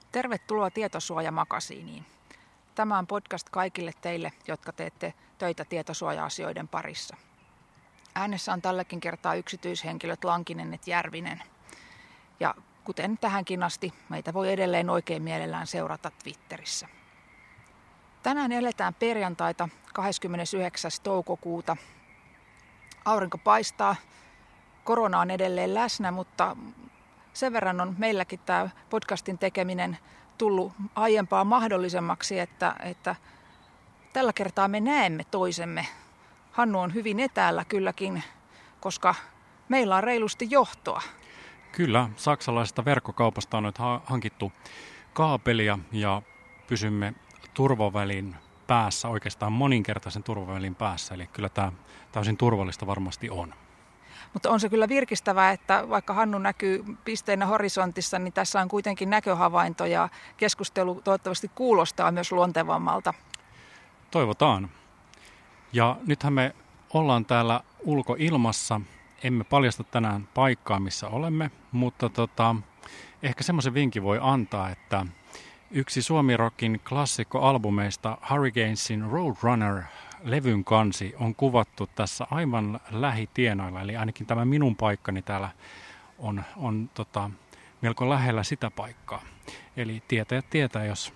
Tervetuloa Tietosuojamakasiiniin. Tämä on podcast kaikille teille, jotka teette töitä tietosuoja-asioiden parissa. Äänessä on tälläkin kertaa yksityishenkilöt Lankinen et Järvinen. Ja kuten tähänkin asti, meitä voi edelleen oikein mielellään seurata Twitterissä. Tänään eletään perjantaita 29. toukokuuta. Aurinko paistaa, korona on edelleen läsnä, mutta sen verran on meilläkin tämä podcastin tekeminen tullut aiempaa mahdollisemmaksi, että tällä kertaa me näemme toisemme. Hannu on hyvin etäällä kylläkin, koska meillä on reilusti johtoa. Kyllä, saksalaisesta verkkokaupasta on nyt hankittu kaapelia ja pysymme turvavälin päässä, oikeastaan moninkertaisen turvavälin päässä. Eli kyllä tämä täysin turvallista varmasti on. Mutta on se kyllä virkistävää, että vaikka Hannu näkyy pisteenä horisontissa, niin tässä on kuitenkin näköhavainto ja keskustelu toivottavasti kuulostaa myös luontevammalta. Toivotaan. Ja nythän me ollaan täällä ulkoilmassa. Emme paljasta tänään paikkaa, missä olemme, mutta ehkä semmoisen vinkin voi antaa, että yksi Suomi-rockin klassikkoalbumeista Hurricanesin Roadrunner-levyn kansi on kuvattu tässä aivan lähitienoilla. Eli ainakin tämä minun paikkani täällä on melko lähellä sitä paikkaa. Eli tietäjät tietää, jos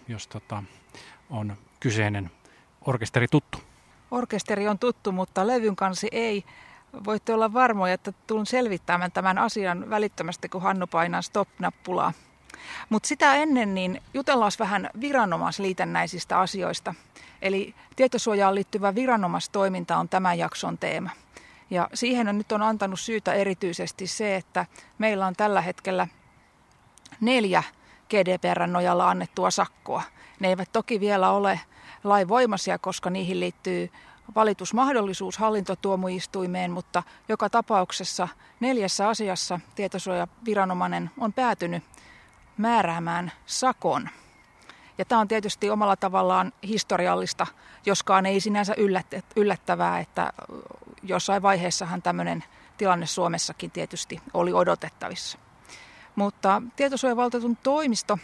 on kyseinen orkesteri tuttu. Orkesteri on tuttu, mutta levyn kansi ei. Voitte olla varmoja, että tulen selvittämään tämän asian välittömästi, kun Hannu painaa stop-nappulaa. Mutta sitä ennen niin jutellaan vähän viranomaisliitännäisistä asioista. Eli tietosuojaan liittyvä viranomaistoiminta on tämän jakson teema. Ja siihen nyt on antanut syytä erityisesti se, että meillä on tällä hetkellä 4 GDPR:n nojalla annettua sakkoa. Ne eivät toki vielä ole lainvoimaisia, koska niihin liittyy valitusmahdollisuus hallintotuomioistuimeen, mutta joka tapauksessa 4 asiassa tietosuojaviranomainen on päätynyt määräämään sakon. Ja tämä on tietysti omalla tavallaan historiallista, joskaan ei sinänsä yllättävää, että jossain vaiheessahan tämmöinen tilanne Suomessakin tietysti oli odotettavissa. Mutta tietosuojavaltuutetun toimisto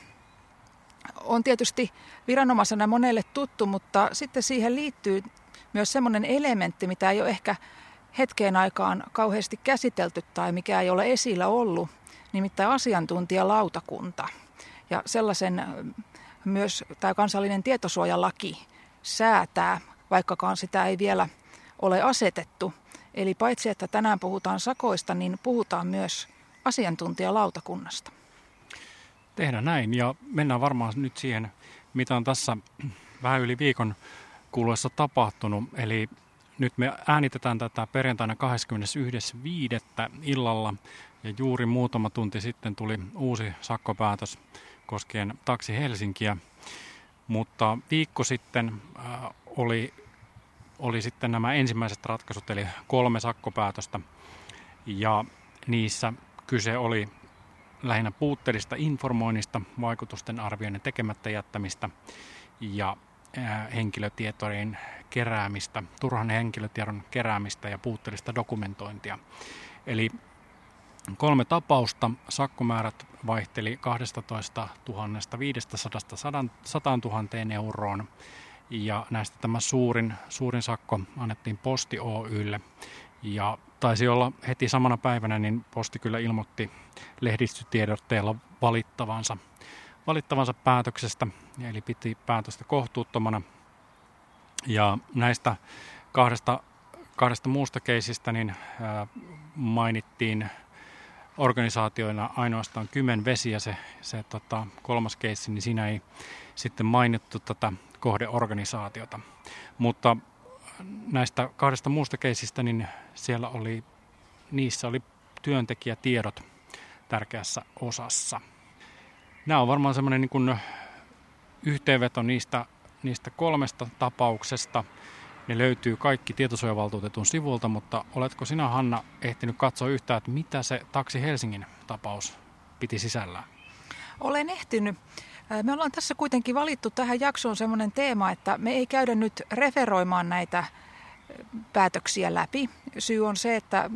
on tietysti viranomaisena monelle tuttu, mutta sitten siihen liittyy myös semmoinen elementti, mitä ei ole ehkä hetkeen aikaan kauheasti käsitelty tai mikä ei ole esillä ollut, nimittäin asiantuntijalautakunta. Ja sellaisen myös tämä kansallinen tietosuojalaki säätää, vaikkakaan sitä ei vielä ole asetettu. Eli paitsi että tänään puhutaan sakoista, niin puhutaan myös asiantuntijalautakunnasta. Tehdään näin ja mennään varmaan nyt siihen, mitä on tässä vähän yli viikon kuluessa tapahtunut. Eli nyt me äänitetään tätä perjantaina 21.5. illalla ja juuri muutama tunti sitten tuli uusi sakkopäätös koskien Taksi Helsinkiä. Mutta viikko sitten oli sitten nämä ensimmäiset ratkaisut, eli 3 sakkopäätöstä ja niissä kyse oli lähinnä puutteellista informoinnista, vaikutusten arvioinnin tekemättä jättämistä ja henkilötietojen keräämistä, turhan henkilötiedon keräämistä ja puutteellista dokumentointia. Eli 3 tapausta, sakkomäärät vaihteli 12 500 100 000 euroon ja näistä tämä suurin sakko annettiin Posti Oy:lle ja taisi olla heti samana päivänä, niin Posti kyllä ilmoitti lehdistötiedotteella valittavansa päätöksestä, eli piti päätöstä kohtuuttomana. Ja näistä kahdesta muusta keisistä niin mainittiin organisaatioina ainoastaan Kymenvesi ja se 3. keissi, niin siinä ei sitten mainittu tätä kohdeorganisaatiota. Mutta näistä 2 muusta keisistä, niin niissä oli työntekijätiedot tärkeässä osassa. Nämä on varmaan semmoinen niin kuin yhteenveto niistä 3 tapauksesta. Ne löytyy kaikki tietosuojavaltuutetun sivulta, mutta oletko sinä, Hanna, ehtinyt katsoa yhtään, että mitä se Taksi Helsingin tapaus piti sisällään? Olen ehtinyt. Me ollaan tässä kuitenkin valittu tähän jaksoon semmoinen teema, että me ei käydä nyt referoimaan näitä päätöksiä läpi. Syy on se, että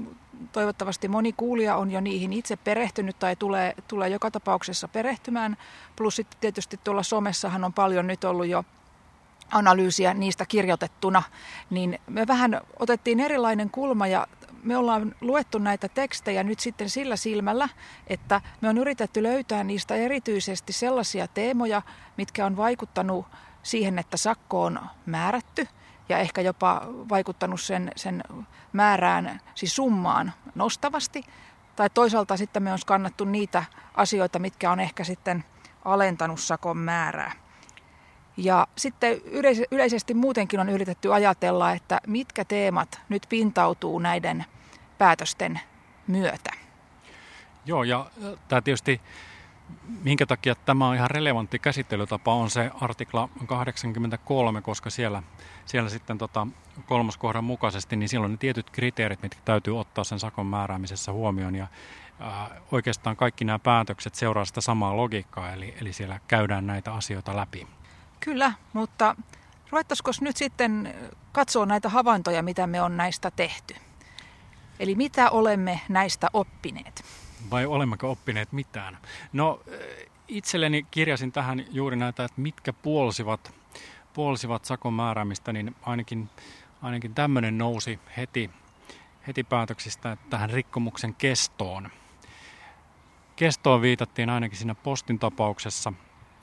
toivottavasti moni kuulija on jo niihin itse perehtynyt tai tulee joka tapauksessa perehtymään. Plus sitten tietysti tuolla somessahan on paljon nyt ollut jo analyysiä niistä kirjoitettuna, niin me vähän otettiin erilainen kulma ja me ollaan luettu näitä tekstejä nyt sitten sillä silmällä, että me on yritetty löytää niistä erityisesti sellaisia teemoja, mitkä on vaikuttanut siihen, että sakko on määrätty ja ehkä jopa vaikuttanut sen määrään, siis summaan nostavasti. Tai toisaalta sitten me on skannattu niitä asioita, mitkä on ehkä sitten alentanut sakon määrää. Ja sitten yleisesti muutenkin on yritetty ajatella, että mitkä teemat nyt pintautuu näiden päätösten myötä. Joo, ja tämä tietysti, minkä takia tämä on ihan relevantti käsittelytapa, on se artikla 83, koska siellä sitten kolmoskohdan mukaisesti, niin silloin ne tietyt kriteerit, mitkä täytyy ottaa sen sakon määräämisessä huomioon. Ja oikeastaan kaikki nämä päätökset seuraa sitä samaa logiikkaa, eli siellä käydään näitä asioita läpi. Kyllä, mutta ruvettaisiko nyt sitten katsoa näitä havaintoja, mitä me on näistä tehty? Eli mitä olemme näistä oppineet? Vai olemmeko oppineet mitään? No itselleni kirjasin tähän juuri näitä, että mitkä puolsivat sakon määräämistä, niin ainakin tämmöinen nousi heti päätöksistä, että tähän rikkomuksen kestoon. Kestoon viitattiin ainakin siinä Postin tapauksessa,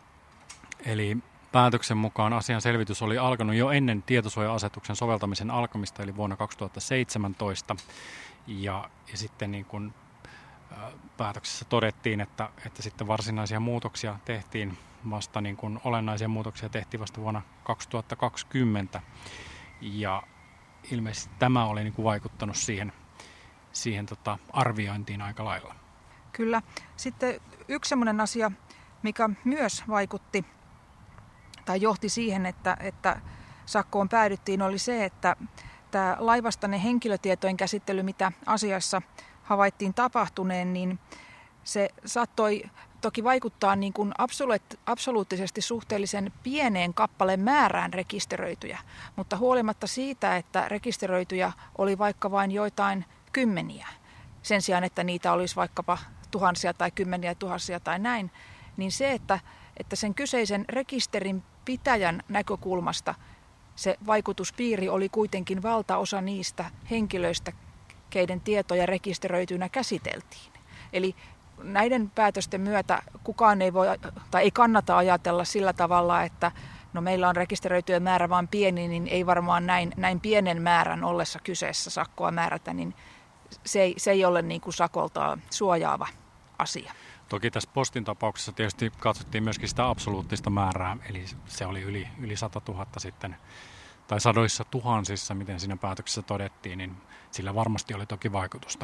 eli päätöksen mukaan asian selvitys oli alkanut jo ennen tietosuoja-asetuksen soveltamisen alkamista, eli vuonna 2017. Ja sitten niin kuin päätöksessä todettiin, että sitten varsinaisia muutoksia tehtiin vasta, niin kuin olennaisia muutoksia tehtiin vasta vuonna 2020. Ja ilmeisesti tämä oli niin kuin vaikuttanut siihen arviointiin aika lailla. Kyllä. Sitten yksi sellainen asia, mikä myös vaikutti tai johti siihen, että sakkoon päädyttiin, oli se, että tämä laivastainen henkilötietojen käsittely, mitä asiassa havaittiin tapahtuneen, niin se saattoi toki vaikuttaa niin kuin absoluuttisesti suhteellisen pieneen kappaleen määrään rekisteröityjä, mutta huolimatta siitä, että rekisteröityjä oli vaikka vain joitain kymmeniä, sen sijaan, että niitä olisi vaikkapa tuhansia tai kymmeniä tuhansia tai näin, niin se, että sen kyseisen rekisterin pitäjän näkökulmasta se vaikutuspiiri oli kuitenkin valtaosa niistä henkilöistä, keiden tietoja rekisteröitynä käsiteltiin. Eli näiden päätösten myötä kukaan ei voi tai ei kannata ajatella sillä tavalla, että no meillä on rekisteröityjen määrä vaan pieni, niin ei varmaan näin pienen määrän ollessa kyseessä sakkoa määrätä, niin se ei ole niin kuin sakolta suojaava asia. Toki tässä Postin tapauksessa tietysti katsottiin myöskin sitä absoluuttista määrää, eli se oli yli 100 000 sitten, tai sadoissa tuhansissa, miten siinä päätöksessä todettiin, niin sillä varmasti oli toki vaikutusta.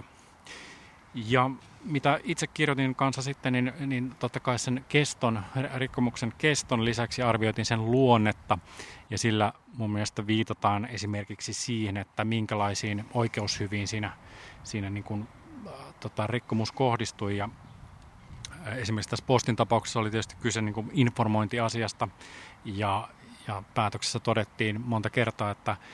Ja mitä itse kirjoitin kanssa sitten, niin totta kai sen rikkomuksen keston lisäksi arvioitiin sen luonnetta, ja sillä mun mielestä viitataan esimerkiksi siihen, että minkälaisiin oikeushyviin siinä niin kuin, rikkomus kohdistui, ja esimerkiksi tässä Postin tapauksessa oli tietysti kyse niin kuin informointiasiasta, ja päätöksessä todettiin monta kertaa,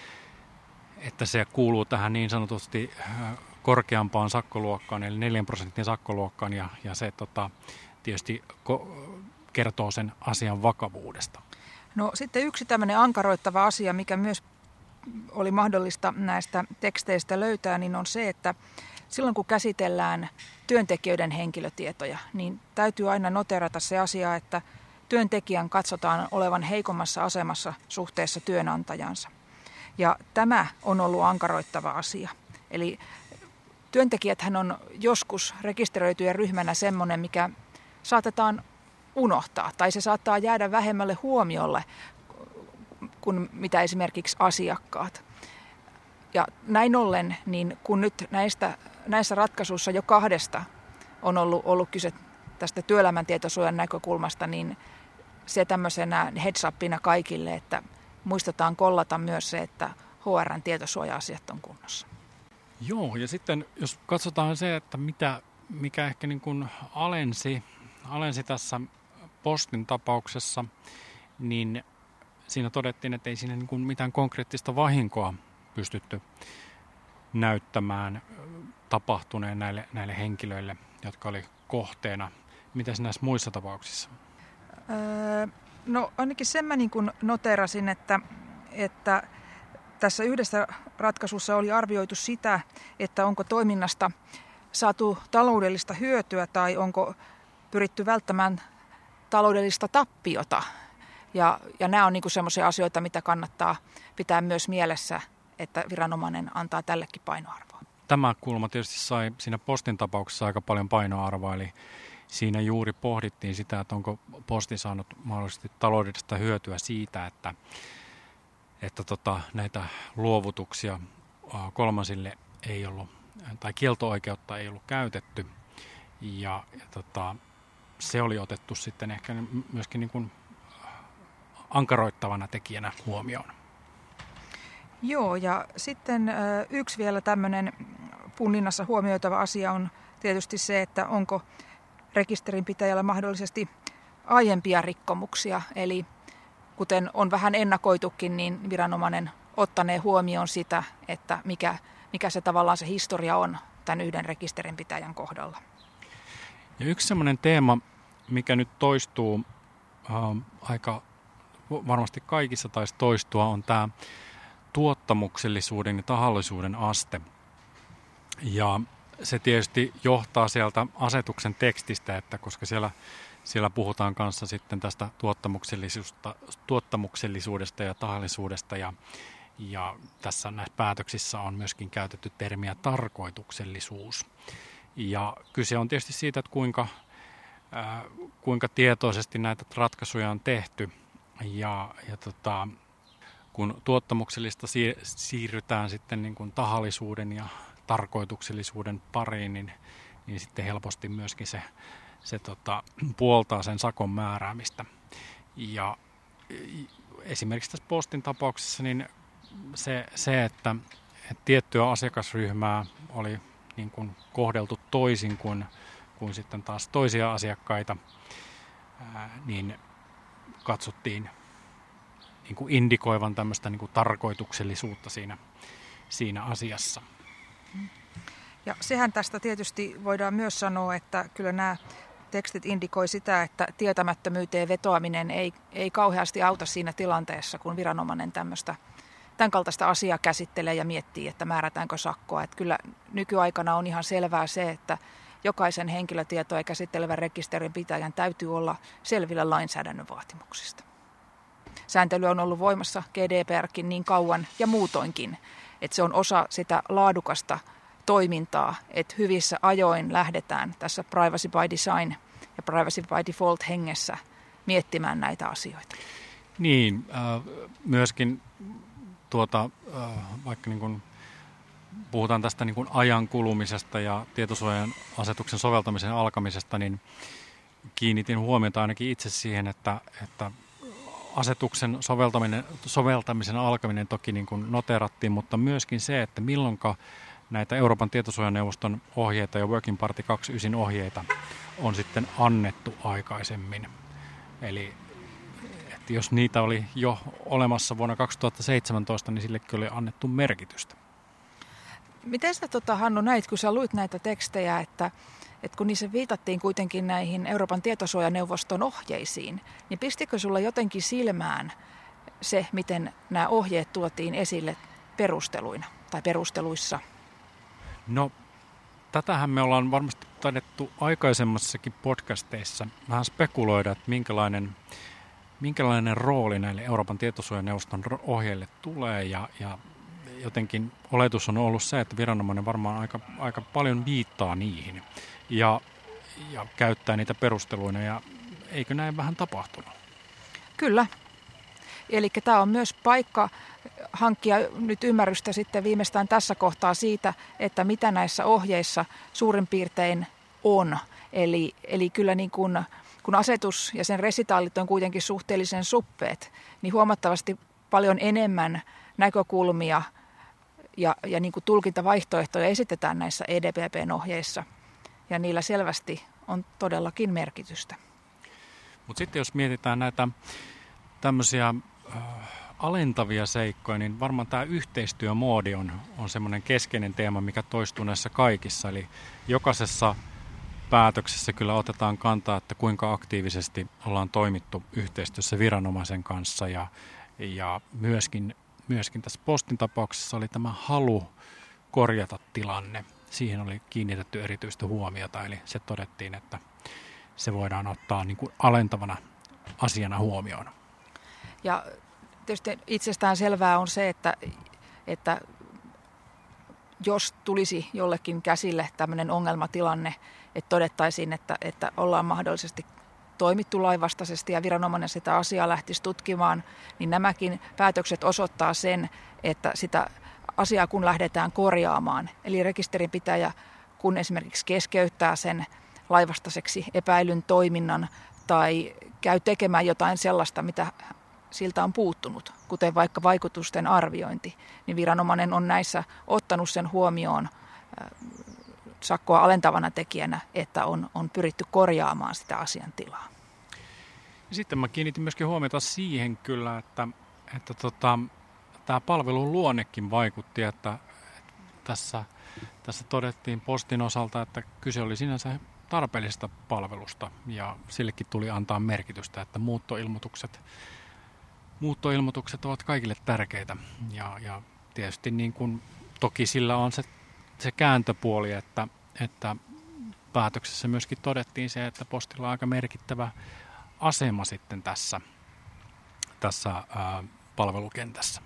että se kuuluu tähän niin sanotusti korkeampaan sakkoluokkaan, eli 4% sakkoluokkaan, ja se tietysti kertoo sen asian vakavuudesta. No sitten yksi tämmöinen ankaroittava asia, mikä myös oli mahdollista näistä teksteistä löytää, niin on se, että silloin kun käsitellään työntekijöiden henkilötietoja, niin täytyy aina noterata se asia, että työntekijän katsotaan olevan heikommassa asemassa suhteessa työnantajansa. Ja tämä on ollut ankaroittava asia. Eli työntekijäthän on joskus rekisteröityjä ryhmänä semmoinen, mikä saatetaan unohtaa tai se saattaa jäädä vähemmälle huomiolle kuin mitä esimerkiksi asiakkaat. Ja näin ollen, niin kun nyt näissä ratkaisuissa jo kahdesta on ollut kyse tästä työelämän tietosuojan näkökulmasta, niin se tämmöisenä heads upina kaikille, että muistetaan kollata myös se, että HR:n tietosuoja-asiat on kunnossa. Joo, ja sitten jos katsotaan se, että mikä ehkä niin kuin alensi tässä Postin tapauksessa, niin siinä todettiin, että ei siinä niin kuin mitään konkreettista vahinkoa näyttämään tapahtuneen näille henkilöille, jotka oli kohteena. Mitäs näissä muissa tapauksissa? No ainakin sen mä niin kuin noterasin, että tässä yhdessä ratkaisussa oli arvioitu sitä, että onko toiminnasta saatu taloudellista hyötyä tai onko pyritty välttämään taloudellista tappiota. Ja nämä on niin kuin semmoisia asioita, mitä kannattaa pitää myös mielessä, että viranomainen antaa tällekin painoarvoa. Tämä kulma tietysti sai siinä Postin tapauksessa aika paljon painoarvoa, eli siinä juuri pohdittiin sitä, että onko Posti saanut mahdollisesti taloudellista hyötyä siitä, että näitä luovutuksia kolmansille ei ollut, tai kielto-oikeutta ei ollut käytetty, ja se oli otettu sitten ehkä myöskin niin kuin ankaroittavana tekijänä huomioon. Joo, ja sitten yksi vielä tämmöinen punninnassa huomioitava asia on tietysti se, että onko rekisterinpitäjällä mahdollisesti aiempia rikkomuksia. Eli kuten on vähän ennakoitukin, niin viranomainen ottanee huomioon sitä, että mikä se tavallaan se historia on tämän yhden rekisterinpitäjän kohdalla. Ja yksi semmoinen teema, mikä nyt toistuu aika varmasti kaikissa taisi toistua, on tämä tuottamuksellisuuden ja tahallisuuden aste. Ja se tietysti johtaa sieltä asetuksen tekstistä, että koska siellä puhutaan kanssa sitten tästä tuottamuksellisuudesta ja tahallisuudesta ja tässä näissä päätöksissä on myöskin käytetty termiä tarkoituksellisuus. Ja kyse on tietysti siitä, että kuinka tietoisesti näitä ratkaisuja on tehty kun tuottamuksellista siirrytään sitten niin kuin tahallisuuden ja tarkoituksellisuuden pariin, niin sitten helposti myöskin se puoltaa sen sakon määräämistä. Ja esimerkiksi tässä Postin tapauksessa niin se että tiettyä asiakasryhmää oli niin kuin kohdeltu toisin kuin sitten taas toisia asiakkaita, niin katsottiin niin kuin indikoivan tämmöistä niin kuin tarkoituksellisuutta siinä asiassa. Ja sehän tästä tietysti voidaan myös sanoa, että kyllä nämä tekstit indikoi sitä, että tietämättömyyteen vetoaminen ei kauheasti auta siinä tilanteessa, kun viranomainen tämän kaltaista asiaa käsittelee ja miettii, että määrätäänkö sakkoa. Että kyllä nykyaikana on ihan selvää se, että jokaisen henkilötietoja käsittelevän rekisterinpitäjän täytyy olla selvillä lainsäädännön vaatimuksista. Sääntely on ollut voimassa GDPRkin niin kauan ja muutoinkin, että se on osa sitä laadukasta toimintaa, että hyvissä ajoin lähdetään tässä privacy by design ja privacy by default hengessä miettimään näitä asioita. Niin, myöskin vaikka niin kuin puhutaan tästä niin kuin ajan kulumisesta ja tietosuojan asetuksen soveltamisen alkamisesta, niin kiinnitin huomiota ainakin itse siihen, että asetuksen soveltamisen alkaminen toki niin kuin noterattiin, mutta myöskin se, että milloinka näitä Euroopan tietosuojaneuvoston ohjeita ja Working Party 29 ohjeita on sitten annettu aikaisemmin. Eli että jos niitä oli jo olemassa vuonna 2017, niin sillekin oli annettu merkitystä. Miten sä Hannu näit, kun sä luit näitä tekstejä, että kun niissä viitattiin kuitenkin näihin Euroopan tietosuojaneuvoston ohjeisiin, niin pistikö sulla jotenkin silmään se, miten nämä ohjeet tuotiin esille perusteluina tai perusteluissa? No, tätähän me ollaan varmasti taidettu aikaisemmassakin podcasteissa vähän spekuloida, että minkälainen rooli näille Euroopan tietosuojaneuvoston ohjeille tulee ja jotenkin oletus on ollut se, että viranomainen varmaan aika paljon viittaa niihin ja käyttää niitä perusteluina ja eikö näin vähän tapahtunut? Kyllä. Eli tämä on myös paikka hankkia nyt ymmärrystä sitten viimeistään tässä kohtaa siitä, että mitä näissä ohjeissa suurin piirtein on. Eli kyllä niin kun asetus ja sen resitaalit on kuitenkin suhteellisen suppeet, niin huomattavasti paljon enemmän näkökulmia ja niin kuin tulkintavaihtoehtoja esitetään näissä EDPP:n ohjeissa. Ja niillä selvästi on todellakin merkitystä. Mutta sitten jos mietitään näitä tämmöisiä alentavia seikkoja, niin varmaan tämä yhteistyömoodi on semmoinen keskeinen teema, mikä toistuu näissä kaikissa. Eli jokaisessa päätöksessä kyllä otetaan kantaa, että kuinka aktiivisesti ollaan toimittu yhteistyössä viranomaisen kanssa ja myöskin tässä Postin tapauksessa oli tämä halu korjata tilanne. Siihen oli kiinnitetty erityistä huomiota, eli se todettiin, että se voidaan ottaa niin kuin alentavana asiana huomioon. Ja tietysti itsestään selvää on se, että jos tulisi jollekin käsille tämmöinen ongelmatilanne, että todettaisiin, että ollaan mahdollisesti toimittu lainvastaisesti ja viranomainen sitä asiaa lähtisi tutkimaan, niin nämäkin päätökset osoittaa sen, että sitä asiaa kun lähdetään korjaamaan, eli rekisterinpitäjä kun esimerkiksi keskeyttää sen lainvastaiseksi epäilyn toiminnan tai käy tekemään jotain sellaista, mitä siltä on puuttunut, kuten vaikka vaikutusten arviointi, niin viranomainen on näissä ottanut sen huomioon sakkoa alentavana tekijänä, että on pyritty korjaamaan sitä asiantilaa. Sitten mä kiinnitin myöskin huomiota siihen kyllä, että tämä palvelun luonnekin vaikutti, että tässä todettiin Postin osalta, että kyse oli sinänsä tarpeellisesta palvelusta ja sillekin tuli antaa merkitystä, että muuttoilmoitukset ovat kaikille tärkeitä ja tietysti niin kuin, toki sillä on se kääntöpuoli, että päätöksessä myöskin todettiin se, että Postilla on aika merkittävä asema sitten tässä palvelukentässä.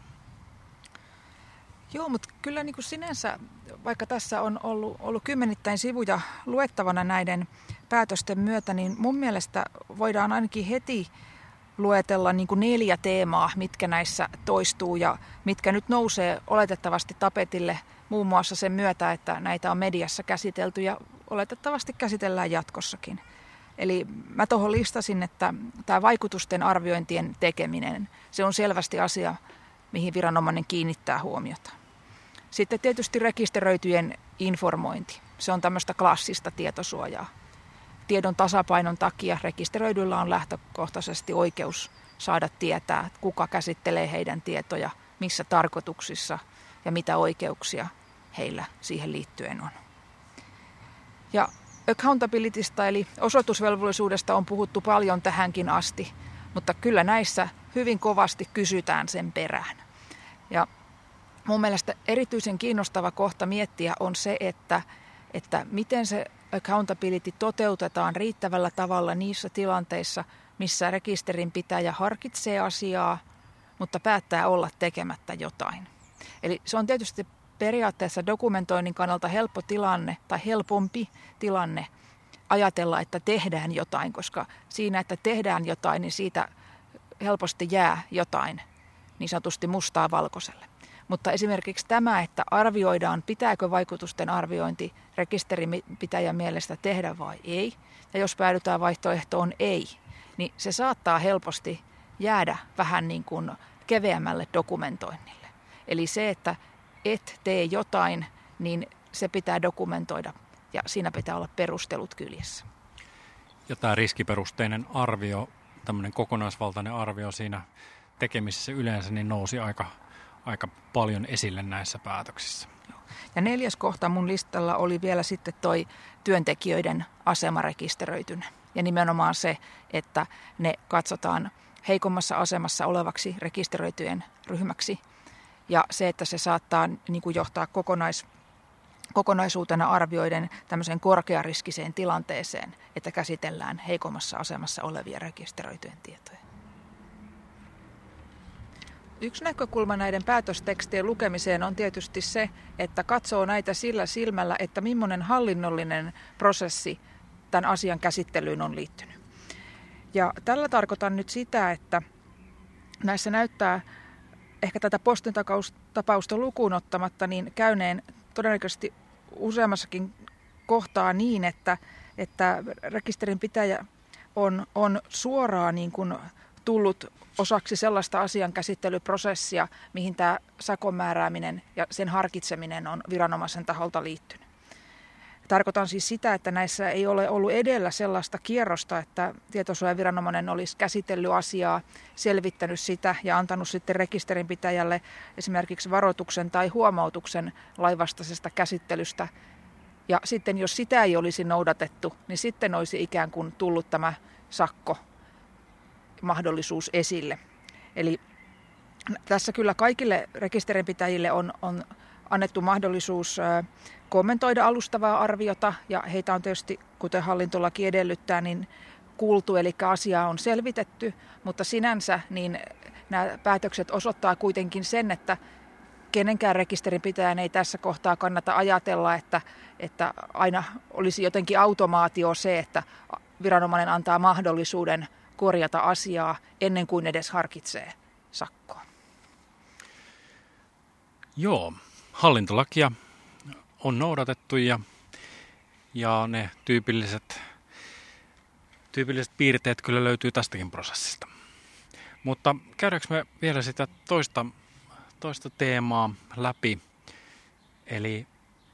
Joo, mutta kyllä niin kuin sinänsä, vaikka tässä on ollut kymmenittäin sivuja luettavana näiden päätösten myötä, niin mun mielestä voidaan ainakin heti luetella niin kuin 4 teemaa, mitkä näissä toistuu ja mitkä nyt nousee oletettavasti tapetille muun muassa sen myötä, että näitä on mediassa käsitelty ja oletettavasti käsitellään jatkossakin. Eli mä tuohon listasin, että tämä vaikutusten arviointien tekeminen, se on selvästi asia, mihin viranomainen kiinnittää huomiota. Sitten tietysti rekisteröityjen informointi. Se on tämmöistä klassista tietosuojaa. Tiedon tasapainon takia rekisteröidyillä on lähtökohtaisesti oikeus saada tietää, kuka käsittelee heidän tietoja, missä tarkoituksissa ja mitä oikeuksia heillä siihen liittyen on. Ja accountabilitysta eli osoitusvelvollisuudesta on puhuttu paljon tähänkin asti, mutta kyllä näissä hyvin kovasti kysytään sen perään. Ja mun mielestä erityisen kiinnostava kohta miettiä on se, että miten se accountability toteutetaan riittävällä tavalla niissä tilanteissa, missä rekisterinpitäjä harkitsee asiaa, mutta päättää olla tekemättä jotain. Eli se on tietysti periaatteessa dokumentoinnin kannalta helppo tilanne tai helpompi tilanne ajatella, että tehdään jotain, koska siinä, että tehdään jotain, niin siitä helposti jää jotain niin sanotusti mustaa valkoiselle. Mutta esimerkiksi tämä, että arvioidaan, pitääkö vaikutusten arviointi rekisterinpitäjän mielestä tehdä vai ei, ja jos päädytään vaihtoehtoon ei, niin se saattaa helposti jäädä vähän niin kuin keveämmälle dokumentoinnille. Eli se, että et tee jotain, niin se pitää dokumentoida ja siinä pitää olla perustelut kyljessä. Ja tämä riskiperusteinen arvio, tämmöinen kokonaisvaltainen arvio siinä tekemisessä yleensä, niin nousi aika paljon esille näissä päätöksissä. Ja 4. kohta mun listalla oli vielä sitten toi työntekijöiden asema rekisteröitynä. Ja nimenomaan se, että ne katsotaan heikommassa asemassa olevaksi rekisteröityjen ryhmäksi. Ja se, että se saattaa niin kuin johtaa kokonaisuutena arvioiden tämmöiseen korkeariskiseen tilanteeseen, että käsitellään heikommassa asemassa olevia rekisteröityjen tietoja. Yksi näkökulma näiden päätöstekstien lukemiseen on tietysti se, että katsoo näitä sillä silmällä, että millainen hallinnollinen prosessi tämän asian käsittelyyn on liittynyt. Ja tällä tarkoitan nyt sitä, että näissä näyttää ehkä tätä Postin tapausta lukuun ottamatta niin käyneen todennäköisesti useammassakin kohtaa niin, että rekisterinpitäjä on suoraan niin kuin tullut osaksi sellaista asian käsittelyprosessia, mihin tämä sakon määrääminen ja sen harkitseminen on viranomaisen taholta liittynyt. Tarkoitan siis sitä, että näissä ei ole ollut edellä sellaista kierrosta, että tietosuojaviranomainen olisi käsitellyt asiaa, selvittänyt sitä ja antanut sitten rekisterinpitäjälle esimerkiksi varoituksen tai huomautuksen lainvastaisesta käsittelystä. Ja sitten jos sitä ei olisi noudatettu, niin sitten olisi ikään kuin tullut tämä sakkomahdollisuus esille. Eli tässä kyllä kaikille rekisterinpitäjille on annettu mahdollisuus kommentoida alustavaa arviota, ja heitä on tietysti, kuten hallintolaki edellyttää, niin kuultu, eli asiaa on selvitetty, mutta sinänsä niin nämä päätökset osoittaa kuitenkin sen, että kenenkään rekisterinpitäjän ei tässä kohtaa kannata ajatella, että aina olisi jotenkin automaatio se, että viranomainen antaa mahdollisuuden korjata asiaa ennen kuin edes harkitsee sakkoa. Joo, hallintolakia on noudatettu ja ne tyypilliset piirteet kyllä löytyy tästäkin prosessista. Mutta käydäänkö me vielä sitä toista teemaa läpi, eli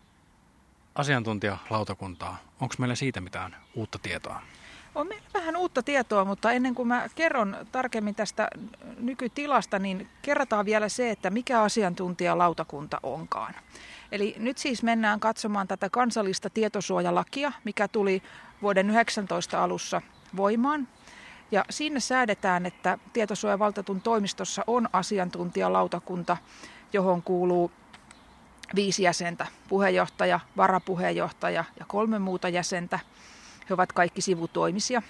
asiantuntijalautakuntaa. Onko meillä siitä mitään uutta tietoa? On meillä vähän uutta tietoa, mutta ennen kuin mä kerron tarkemmin tästä nykytilasta, niin kerrataan vielä se, että mikä asiantuntijalautakunta onkaan. Eli nyt siis mennään katsomaan tätä kansallista tietosuojalakia, mikä tuli vuoden 2019 alussa voimaan. Ja siinä säädetään, että tietosuojavaltuutetun toimistossa on asiantuntijalautakunta, johon kuuluu 5 jäsentä, puheenjohtaja, varapuheenjohtaja ja 3 muuta jäsentä. He ovat kaikki sivutoimisia.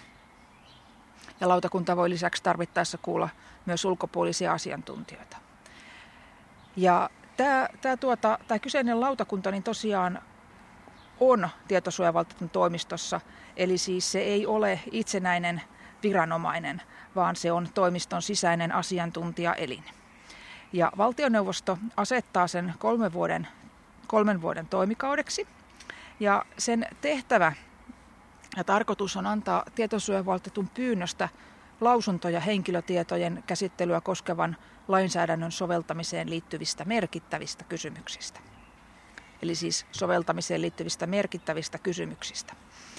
Ja lautakunta voi lisäksi tarvittaessa kuulla myös ulkopuolisia asiantuntijoita. Ja tämä kyseinen lautakunta niin tosiaan on tietosuojavaltuutetun toimistossa, eli siis se ei ole itsenäinen viranomainen, vaan se on toimiston sisäinen asiantuntijaelin. Ja valtioneuvosto asettaa sen 3 vuoden toimikaudeksi, ja sen tehtävä ja tarkoitus on antaa tietosuojavaltuutetun pyynnöstä lausuntoja henkilötietojen käsittelyä koskevan lainsäädännön soveltamiseen liittyvistä merkittävistä kysymyksistä. Eli siis soveltamiseen liittyvistä merkittävistä kysymyksistä.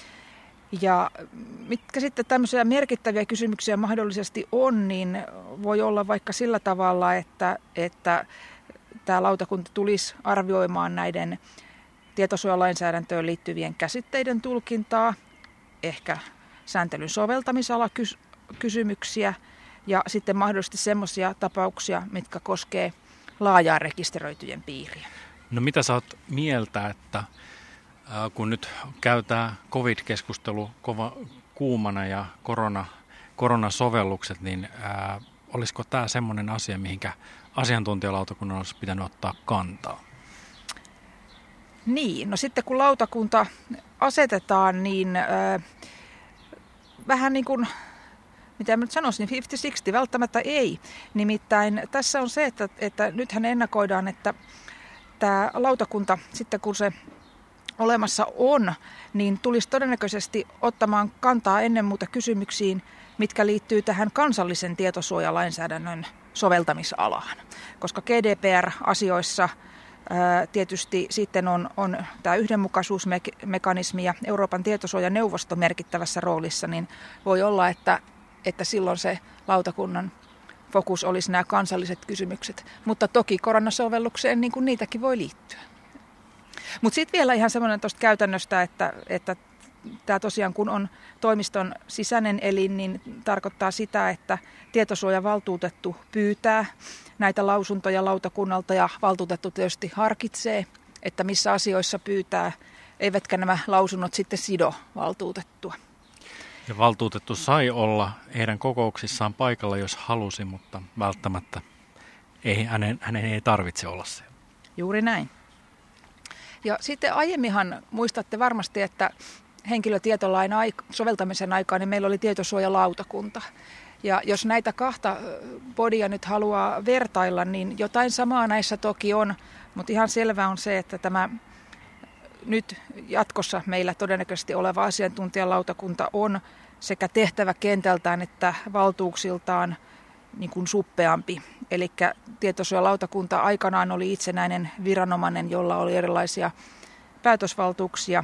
Ja mitkä sitten tämmöisiä merkittäviä kysymyksiä mahdollisesti on, niin voi olla vaikka sillä tavalla, että tämä lautakunta tulisi arvioimaan näiden tietosuojalainsäädäntöön liittyvien käsitteiden tulkintaa, ehkä sääntelyn soveltamisalakysymyksiä ja sitten mahdollisesti semmoisia tapauksia, mitkä koskee laajaa rekisteröityjen piiriä. No mitä sä oot mieltä, että kun nyt käytää COVID-keskustelu kuumana ja koronasovellukset, niin olisiko tämä semmoinen asia, mihinkä asiantuntijalautakunnan olisi pitänyt ottaa kantaa? Niin, no sitten kun lautakunta asetetaan, niin vähän niin kuin, mitä mä nyt sanoisin, 50-60, välttämättä ei. Nimittäin tässä on se, että nythän ennakoidaan, että tämä lautakunta, sitten kun se olemassa on, niin tulisi todennäköisesti ottamaan kantaa ennen muuta kysymyksiin, mitkä liittyy tähän kansallisen tietosuojalainsäädännön soveltamisalaan. Koska GDPR-asioissa tietysti sitten on tämä yhdenmukaisuusmekanismi ja Euroopan tietosuojaneuvosto merkittävässä roolissa, niin voi olla, että silloin se lautakunnan fokus olisi nämä kansalliset kysymykset. Mutta toki koronasovellukseen niin kuin niitäkin voi liittyä. Mutta sitten vielä ihan semmoinen tuosta käytännöstä, että tämä tosiaan kun on toimiston sisäinen elin, niin tarkoittaa sitä, että tietosuojavaltuutettu pyytää näitä lausuntoja lautakunnalta ja valtuutettu tietysti harkitsee, että missä asioissa pyytää, eivätkä nämä lausunnot sitten sido valtuutettua. Ja valtuutettu sai olla heidän kokouksissaan paikalla, jos halusi, mutta välttämättä hänen ei tarvitse olla se. Juuri näin. Ja sitten aiemminhan muistatte varmasti, että henkilötietolain soveltamisen aikaan niin meillä oli tietosuojalautakunta. Ja jos näitä 2 bodia nyt haluaa vertailla, niin jotain samaa näissä toki on, mutta ihan selvää on se, että tämä nyt jatkossa meillä todennäköisesti oleva asiantuntijalautakunta on sekä tehtäväkentältään että valtuuksiltaan niin kuin suppeampi. Eli tietosuojalautakunta aikanaan oli itsenäinen viranomainen, jolla oli erilaisia päätösvaltuuksia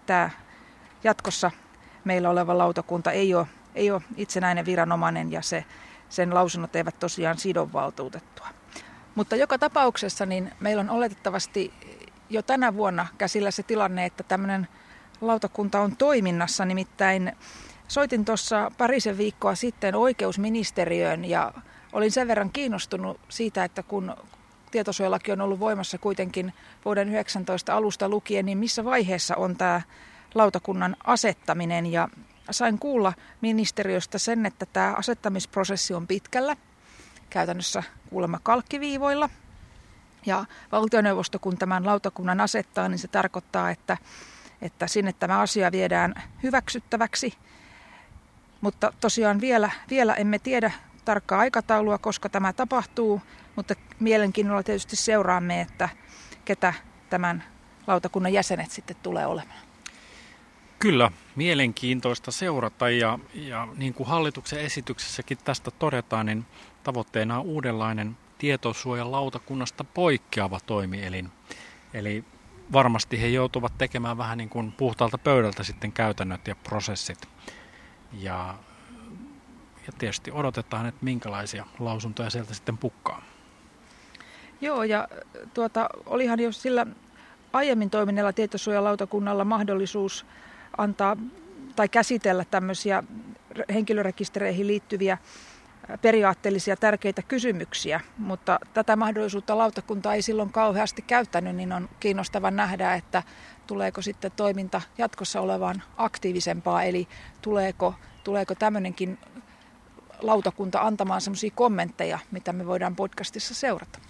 tämä jatkossa meillä oleva lautakunta ei ole itsenäinen viranomainen ja sen lausunnot eivät tosiaan sido valtuutettua. Mutta joka tapauksessa niin meillä on oletettavasti jo tänä vuonna käsillä se tilanne, että tämmöinen lautakunta on toiminnassa. Nimittäin soitin tuossa parisen viikkoa sitten oikeusministeriöön ja olin sen verran kiinnostunut siitä, että kun tietosuojalaki on ollut voimassa kuitenkin vuoden 19 alusta lukien, niin missä vaiheessa on tämä lautakunnan asettaminen. Ja sain kuulla ministeriöstä sen, että tämä asettamisprosessi on pitkällä, käytännössä kuulemma kalkkiviivoilla. Ja valtioneuvosto, kun tämän lautakunnan asettaa, niin se tarkoittaa, että sinne tämä asia viedään hyväksyttäväksi. Mutta tosiaan vielä emme tiedä tarkkaa aikataulua, koska tämä tapahtuu, mutta mielenkiinnolla tietysti seuraamme, että ketä tämän lautakunnan jäsenet sitten tulee olemaan. Kyllä, mielenkiintoista seurata ja niin kuin hallituksen esityksessäkin tästä todetaan, niin tavoitteena on uudenlainen tietosuojan lautakunnasta poikkeava toimielin. Eli varmasti he joutuvat tekemään vähän niin kuin puhtaalta pöydältä sitten käytännöt ja prosessit. Ja tietysti odotetaan, että minkälaisia lausuntoja sieltä sitten pukkaa. Joo, ja olihan jo sillä aiemmin toimineella tietosuojalautakunnalla mahdollisuus antaa tai käsitellä tämmöisiä henkilörekistereihin liittyviä periaatteellisia tärkeitä kysymyksiä, mutta tätä mahdollisuutta lautakunta ei silloin kauheasti käyttänyt, niin on kiinnostava nähdä, että tuleeko sitten toiminta jatkossa olevan aktiivisempaa, eli tuleeko tämmöinenkin lautakunta antamaan semmoisia kommentteja, mitä me voidaan podcastissa seurata.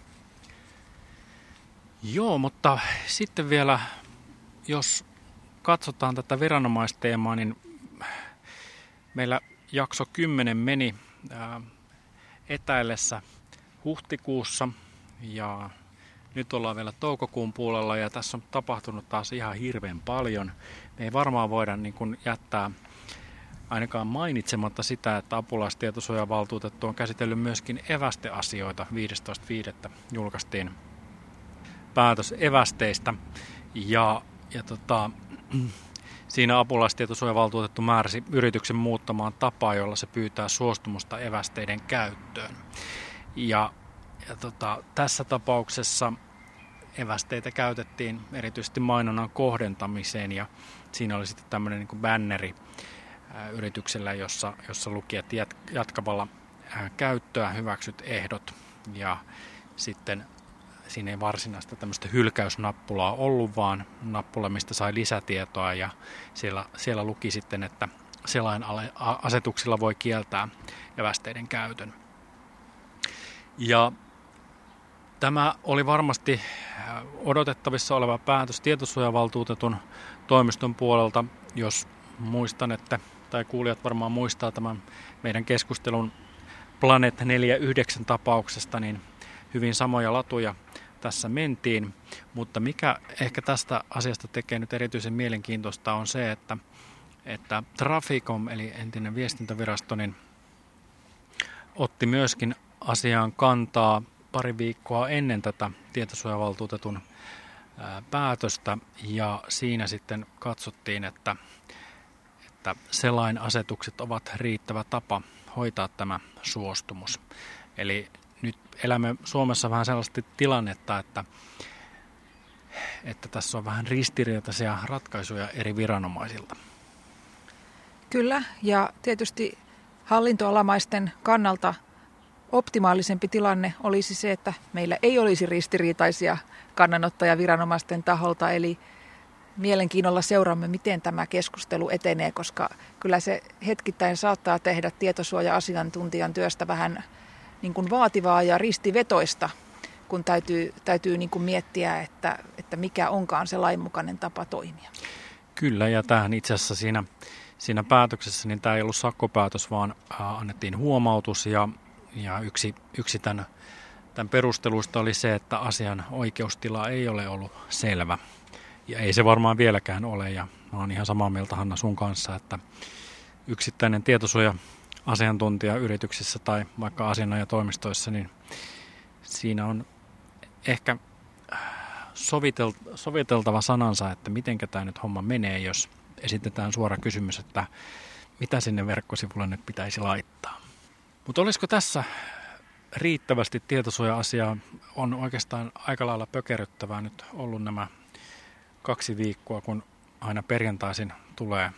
Joo, mutta sitten vielä, jos katsotaan tätä viranomaisteemaa, niin meillä jakso 10 meni etäillessä huhtikuussa ja nyt ollaan vielä toukokuun puolella ja tässä on tapahtunut taas ihan hirveän paljon. Me ei varmaan voida niin kuin jättää ainakaan mainitsematta sitä, että apulaistietosuojavaltuutettu on käsitellyt myöskin evästeasioita. 15.5. julkaistiin päätös evästeistä ja siinä apulaistietosuojavaltuutettu määräsi yrityksen muuttamaan tapaa, jolla se pyytää suostumusta evästeiden käyttöön. Ja tässä tapauksessa evästeitä käytettiin erityisesti mainonnan kohdentamiseen ja siinä oli sitten tämmöinen niin kuin banneri yrityksellä, jossa luki, että jatkavalla käyttöä hyväksyt ehdot ja sitten siinä ei varsinaista tämmöistä hylkäysnappulaa ollut, vaan nappula, mistä sai lisätietoa ja siellä luki sitten, että selainasetuksilla voi kieltää evästeiden käytön. Ja tämä oli varmasti odotettavissa oleva päätös tietosuojavaltuutetun toimiston puolelta, jos muistan, tai kuulijat varmaan muistaa tämän meidän keskustelun Planet 49 tapauksesta, niin hyvin samoja latuja tässä mentiin, mutta mikä ehkä tästä asiasta tekee nyt erityisen mielenkiintoista on se, että Traficom eli entinen viestintävirasto niin otti myöskin asiaan kantaa pari viikkoa ennen tätä tietosuojavaltuutetun päätöstä ja siinä sitten katsottiin, että selainasetukset ovat riittävä tapa hoitaa tämä suostumus. Eli nyt elämme Suomessa vähän sellaista tilannetta, että tässä on vähän ristiriitaisia ratkaisuja eri viranomaisilta. Kyllä, ja tietysti hallintoalamaisten kannalta optimaalisempi tilanne olisi se, että meillä ei olisi ristiriitaisia kannanottoja viranomaisten taholta, eli mielenkiinnolla seuraamme, miten tämä keskustelu etenee, koska kyllä se hetkittäin saattaa tehdä tietosuoja-asiantuntijan työstä vähän niin kuin vaativaa ja ristivetoista, kun täytyy niin kuin miettiä, että mikä onkaan se lainmukainen tapa toimia. Kyllä, ja tähän itse asiassa siinä päätöksessä niin tämä ei ollut sakkopäätös, vaan annettiin huomautus, ja yksi tämän perusteluista oli se, että asian oikeustila ei ole ollut selvä. Ja ei se varmaan vieläkään ole, ja mä oon ihan samaa mieltä Hanna sun kanssa, että yksittäinen tietosuoja-asiantuntija yrityksissä tai vaikka asianajatoimistoissa, niin siinä on ehkä soviteltava sanansa, että miten tämä nyt homma menee, jos esitetään suora kysymys, että mitä sinne verkkosivulle nyt pitäisi laittaa. Mutta olisiko tässä riittävästi tietosuoja-asiaa? On oikeastaan aika lailla pökerryttävää nyt ollut nämä 2 viikkoa, kun aina perjantaisin tulee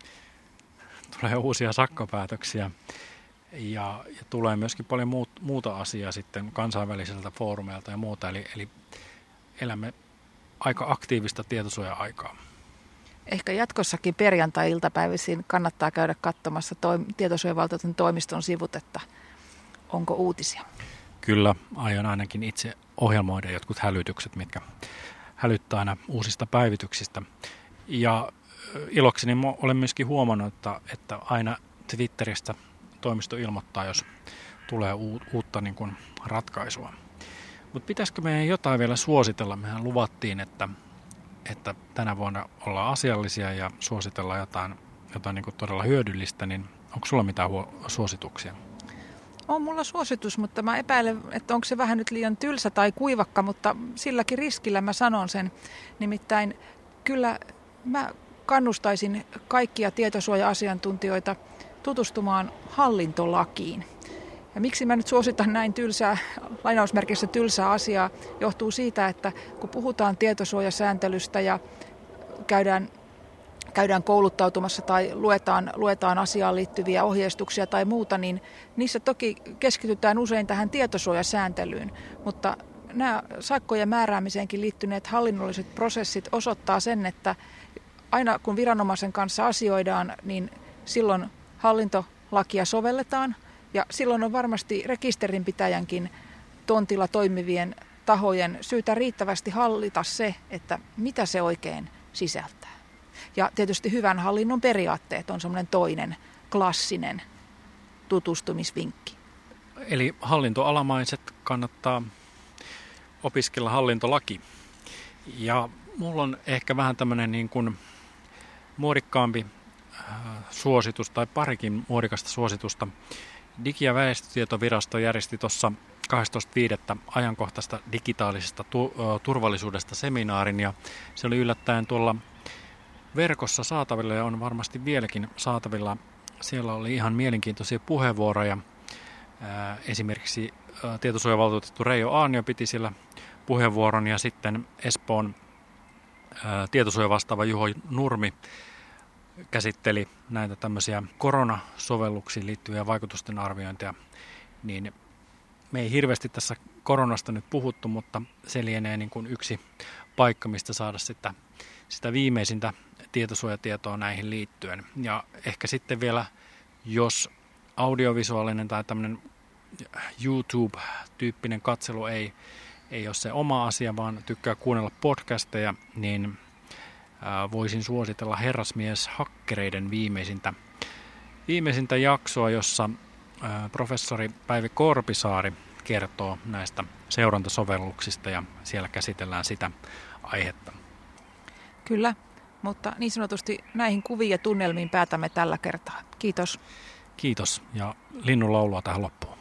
uusia sakkopäätöksiä ja tulee myöskin paljon muuta asiaa sitten kansainväliseltä foorumeilta ja muuta. Eli elämme aika aktiivista tietosuoja-aikaa. Ehkä jatkossakin perjantai-iltapäivisin kannattaa käydä katsomassa tietosuojavaltuutetun toimiston sivut, että onko uutisia. Kyllä, aion ainakin itse ohjelmoida jotkut hälytykset, mitkä hälyttää aina uusista päivityksistä. Ja ilokseni olen myöskin huomannut, että aina Twitteristä toimisto ilmoittaa, jos tulee uutta niin kuin ratkaisua. Mutta pitäisikö meidän jotain vielä suositella? Mehän luvattiin, että tänä vuonna ollaan asiallisia ja suositellaan jotain niin kuin todella hyödyllistä, niin onko sulla mitään suosituksia? On mulla suositus, mutta mä epäilen, että onko se vähän nyt liian tylsä tai kuivakka, mutta silläkin riskillä mä sanon sen. Nimittäin kyllä mä kannustaisin kaikkia tietosuoja-asiantuntijoita tutustumaan hallintolakiin. Ja miksi mä nyt suositan näin lainausmerkissä tylsää asiaa, johtuu siitä, että kun puhutaan tietosuojasääntelystä ja käydään kouluttautumassa tai luetaan asiaan liittyviä ohjeistuksia tai muuta, niin niissä toki keskitytään usein tähän tietosuojasääntelyyn, mutta nämä sakkojen määräämiseenkin liittyneet hallinnolliset prosessit osoittaa sen, että aina kun viranomaisen kanssa asioidaan, niin silloin hallintolakia sovelletaan ja silloin on varmasti rekisterinpitäjänkin tontilla toimivien tahojen syytä riittävästi hallita se, että mitä se oikein sisältää. Ja tietysti hyvän hallinnon periaatteet on semmoinen toinen klassinen tutustumisvinkki. Eli hallintoalamaiset kannattaa opiskella hallintolaki. Ja mulla on ehkä vähän tämmöinen niin kuin muodikkaampi suositus tai parikin muodikasta suositusta. Digi- ja väestötietovirasto järjesti tuossa 12.5. ajankohtaista digitaalisesta turvallisuudesta seminaarin ja se oli yllättäen tuolla verkossa saatavilla ja on varmasti vieläkin saatavilla. Siellä oli ihan mielenkiintoisia puheenvuoroja. Esimerkiksi tietosuojavaltuutettu Reijo Aarnio piti siellä puheenvuoron ja sitten Espoon tietosuojavastaava Juho Nurmi käsitteli näitä tämmöisiä koronasovelluksiin liittyviä vaikutusten arviointeja. Niin me ei hirveästi tässä koronasta nyt puhuttu, mutta se lienee niin kuin yksi paikka, mistä saada sitä viimeisintä tietosuojatietoa näihin liittyen. Ja ehkä sitten vielä, jos audiovisuaalinen tai tämmöinen YouTube-tyyppinen katselu ei ole se oma asia, vaan tykkää kuunnella podcasteja, niin voisin suositella Herrasmies Hakkereiden viimeisintä jaksoa, jossa professori Päivi Korpisaari kertoo näistä seurantasovelluksista ja siellä käsitellään sitä aihetta. Kyllä, mutta niin sanotusti näihin kuviin ja tunnelmiin päätämme tällä kertaa. Kiitos. Kiitos ja linnun laulua tähän loppuun.